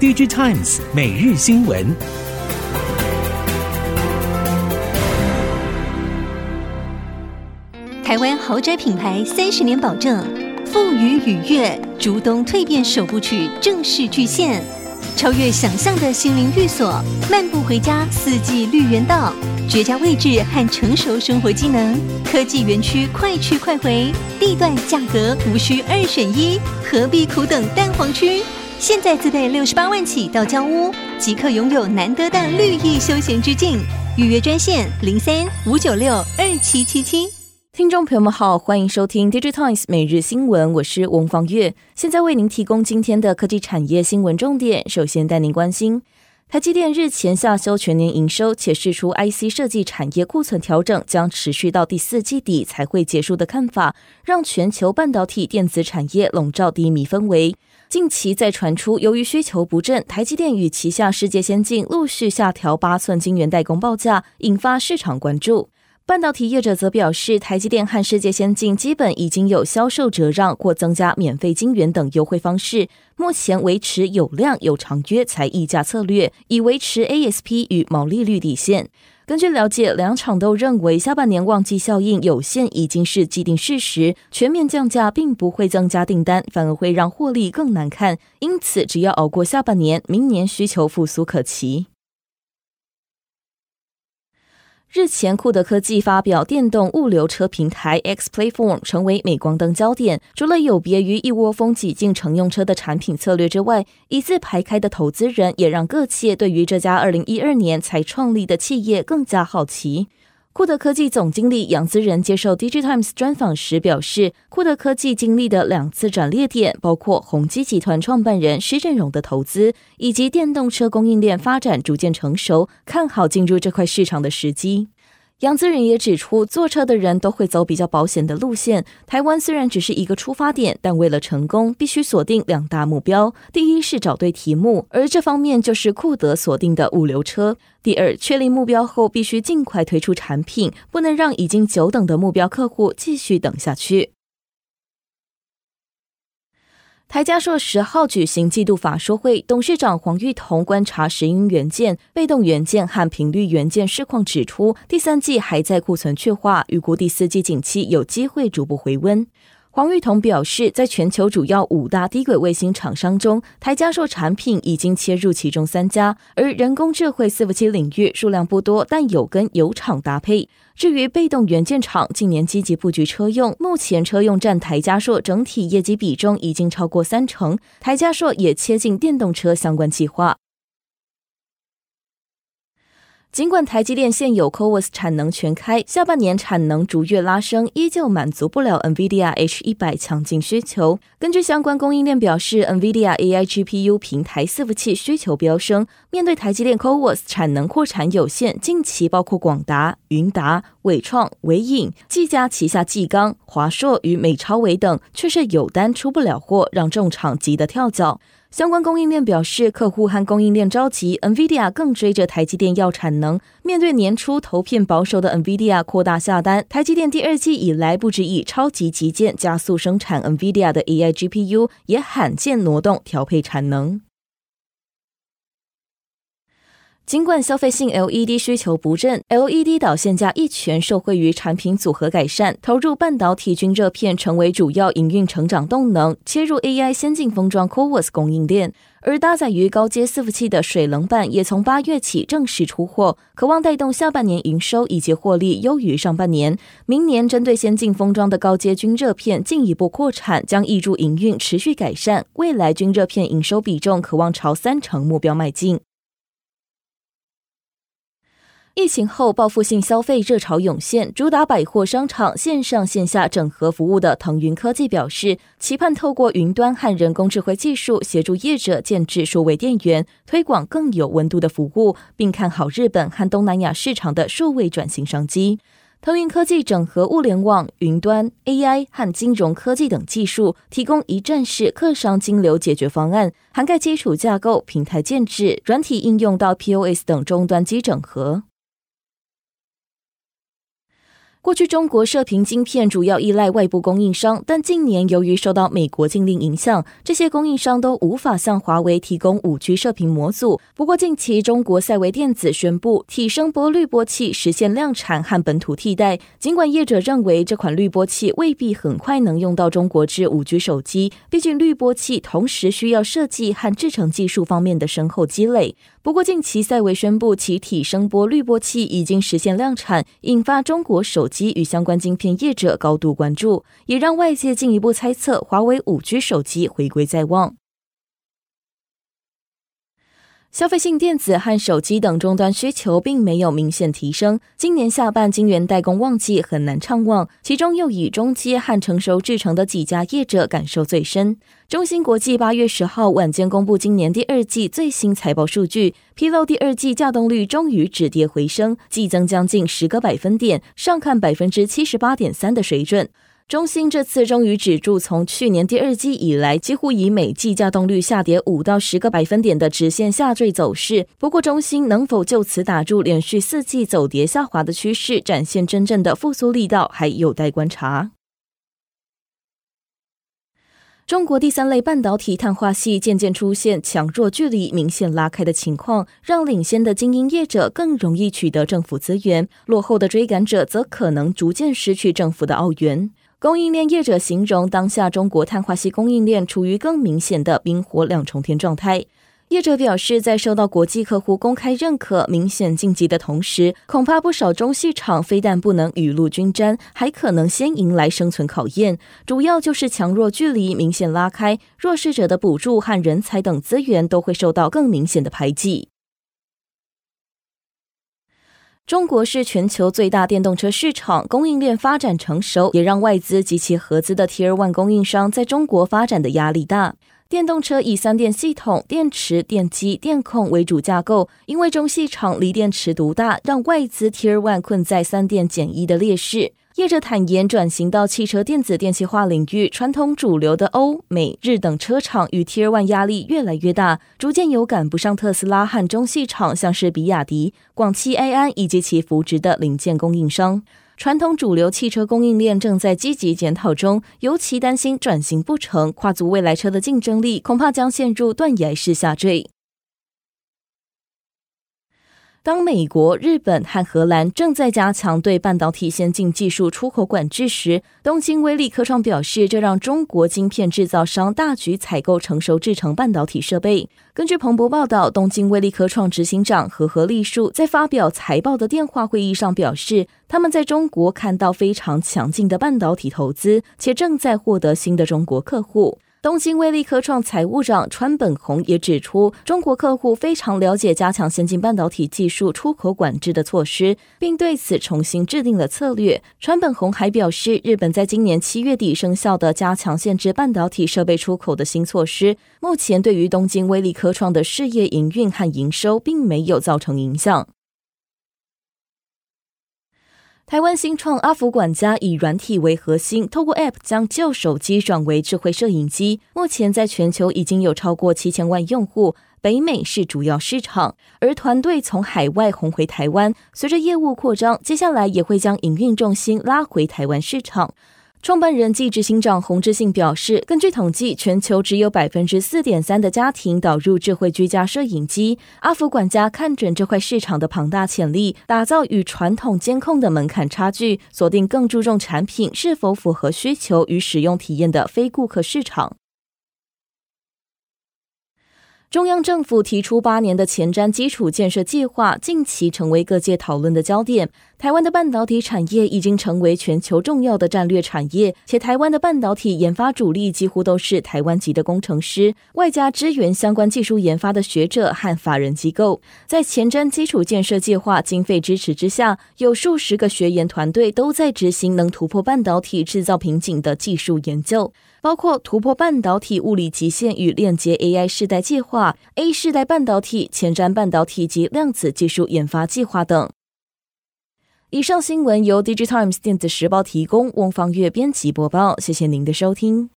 DigiTimes 每日新闻。 台湾豪宅品牌30年保证，富余与悦，竹东蜕变首部曲正式巨献，超越想象的心灵寓所，漫步回家四季绿园道，绝佳位置和成熟生活机能，科技园区快去快回，地段价格无需2选1，何必苦等蛋黄区？现在自备68万起到交屋，即刻拥有难得的绿意休闲之境。预约专线03-596-2777。 听众朋友们好，欢迎收听 DigiTimes 每日新闻，我是翁芳月，现在为您提供今天的科技产业新闻重点。首先带您关心台积电日前下修全年营收，且释出 IC 设计产业库存调整将持续到第4季底才会结束的看法，让全球半导体电子产业笼罩低迷氛围。近期再传出由于需求不振，台积电与旗下世界先进陆续下调8寸晶圆代工报价，引发市场关注。半导体业者则表示，台积电和世界先进基本已经有销售折让或增加免费晶圆等优惠方式，目前维持有量有长约才议价策略，以维持 ASP 与毛利率底线。根据了解，两厂都认为下半年旺季效应有限已经是既定事实，全面降价并不会增加订单，反而会让获利更难看，因此只要熬过下半年，明年需求复苏可期。日前，库德科技发表电动物流车平台 X Platform 成为镁光灯焦点。除了有别于一窝蜂挤进乘用车的产品策略之外，一字排开的投资人也让各企业对于这家2012年才创立的企业更加好奇。库德科技总经理杨资仁接受 DigiTimes 专访时表示，库德科技经历的2次转捩点，包括宏基集团创办人施振荣的投资，以及电动车供应链发展逐渐成熟，看好进入这块市场的时机。杨资仁也指出，坐车的人都会走比较保险的路线，台湾虽然只是一个出发点，但为了成功必须锁定2大目标，第一是找对题目，而这方面就是库德锁定的物流车。第二，确立目标后必须尽快推出产品，不能让已经久等的目标客户继续等下去。台嘉硕10号举行季度法说会，董事长黄玉彤观察石英元件、被动元件和频率元件市况，指出第3季还在库存去化，预估第4季景气有机会逐步回温。黄玉彤表示，在全球主要5大低轨卫星厂商中，台嘉硕产品已经切入其中3家，而人工智慧伺服器领域数量不多，但有跟油厂搭配。至于被动元件厂，近年积极布局车用，目前车用占台嘉硕整体业绩比重已经超过30%，台嘉硕也切进电动车相关计划。尽管台积电现有 CoWoS 产能全开，下半年产能逐月拉升，依旧满足不了 NVIDIA H100 强劲需求。根据相关供应链表示， NVIDIA AI GPU 平台伺服器需求飙升，面对台积电 CoWoS 产能扩产有限，近期包括广达、云达、伟创、微影、技嘉旗下技刚、华硕与美超微等却是有单出不了货，让重厂急得跳脚。相关供应链表示，客户和供应链着急， NVIDIA 更追着台积电要产能。面对年初投片保守的 NVIDIA 扩大下单，台积电第2季以来不止以超级急件加速生产 NVIDIA 的 AI GPU， 也罕见挪动调配产能。尽管消费性 LED 需求不振， LED 导线架一拳受惠于产品组合改善，投入半导体均热片成为主要营运成长动能，切入 AI 先进封装 CoWoS 供应链。而搭载于高阶伺服器的水冷板也从8月起正式出货，可望带动下半年营收以及获利优于上半年。明年针对先进封装的高阶均热片进一步扩产，将挹注营运持续改善，未来均热片营收比重可望朝30%目标迈进。疫情后报复性消费热潮涌现，主打百货商场线上线下整合服务的腾云科技表示，期盼透过云端和人工智慧技术协助业者建置数位店员，推广更有温度的服务，并看好日本和东南亚市场的数位转型商机。腾云科技整合物联网、云端、AI 和金融科技等技术，提供一站式客商金流解决方案，涵盖基础架构、平台建置、软体应用到 POS 等终端机整合。 过去中国射频晶片主要依赖外部供应商，但近年由于受到美国禁令影响，这些供应商都无法向华为提供 5G 射频模组。不过近期中国赛维电子宣布体声波滤波器实现量产和本土替代，尽管业者认为这款滤波器未必很快能用到中国制 5G 手机，毕竟滤波器同时需要设计和制程技术方面的深厚积累。不过近期赛维宣布其体声波滤波器已经实现量产，引发中国手机与相关晶片业者高度关注，也让外界进一步猜测华为 5G 手机回归在望。消费性电子和手机等终端需求并没有明显提升，今年下半晶圆代工旺季很难畅旺，其中又以中阶和成熟制程的几家业者感受最深。中芯国际8月10号晚间公布今年第二季最新财报数据，披露第二季稼动率终于止跌回升，季增将近10个百分点，上看 78.3% 的水准。中芯这次终于止住从去年第二季以来几乎以每季稼动率下跌5到10个百分点的直线下坠走势，不过中芯能否就此打住连续4季走跌下滑的趋势，展现真正的复苏力道还有待观察。中国第三类半导体碳化矽渐渐出现强弱距离明显拉开的情况，让领先的精英业者更容易取得政府资源，落后的追赶者则可能逐渐失去政府的澳元。供应链业者形容当下中国碳化矽供应链处于更明显的冰火两重天状态。业者表示，在受到国际客户公开认可、明显晋级的同时，恐怕不少中细厂非但不能雨露均沾，还可能先迎来生存考验。主要就是强弱距离明显拉开，弱势者的补助和人才等资源都会受到更明显的排挤。中国是全球最大电动车市场，供应链发展成熟，也让外资及其合资的 Tier 1供应商在中国发展的压力大。电动车以3电系统、电池、电机、电控为主架构，因为中细厂锂电池独大，让外资 Tier 1困在3电减1的劣势。业者坦言，转型到汽车电子电气化领域，传统主流的欧、美、日等车厂与 Tier 1压力越来越大，逐渐有赶不上特斯拉和中细厂，像是比亚迪、广汽埃安以及其扶植的零件供应商。传统主流汽车供应链正在积极检讨中，尤其担心转型不成，跨足未来车的竞争力恐怕将陷入断崖式下坠。当美国、日本和荷兰正在加强对半导体先进技术出口管制时，东京威力科创表示，这让中国晶片制造商大举采购成熟制程半导体设备。根据彭博报道，东京威力科创执行长何立树在发表财报的电话会议上表示，他们在中国看到非常强劲的半导体投资，且正在获得新的中国客户。东京威力科创财务长川本弘也指出，中国客户非常了解加强先进半导体技术出口管制的措施，并对此重新制定了策略。川本弘还表示，日本在今年7月底生效的加强限制半导体设备出口的新措施，目前对于东京威力科创的事业营运和营收并没有造成影响。台湾新创阿福管家以软体为核心，透过 App 将旧手机转为智慧摄影机，目前在全球已经有超过7000万用户，北美是主要市场。而团队从海外红回台湾，随着业务扩张，接下来也会将营运重心拉回台湾市场。创办人暨执行长洪志信表示，根据统计，全球只有 4.3% 的家庭导入智慧居家摄影机。阿福管家看准这块市场的庞大潜力，打造与传统监控的门槛差距，锁定更注重产品是否符合需求与使用体验的非顾客市场。中央政府提出8年的前瞻基础建设计划，近期成为各界讨论的焦点。台湾的半导体产业已经成为全球重要的战略产业，且台湾的半导体研发主力几乎都是台湾籍的工程师，外加支援相关技术研发的学者和法人机构。在前瞻基础建设计划经费支持之下，有数十个学研团队都在执行能突破半导体制造瓶颈的技术研究，包括突破半导体物理极限与链接 AI 世代计划、A 世代半导体、前瞻半导体及量子技术研发计划等。以上新闻由 Digitimes 电子时报提供，翁方月编辑播报，谢谢您的收听。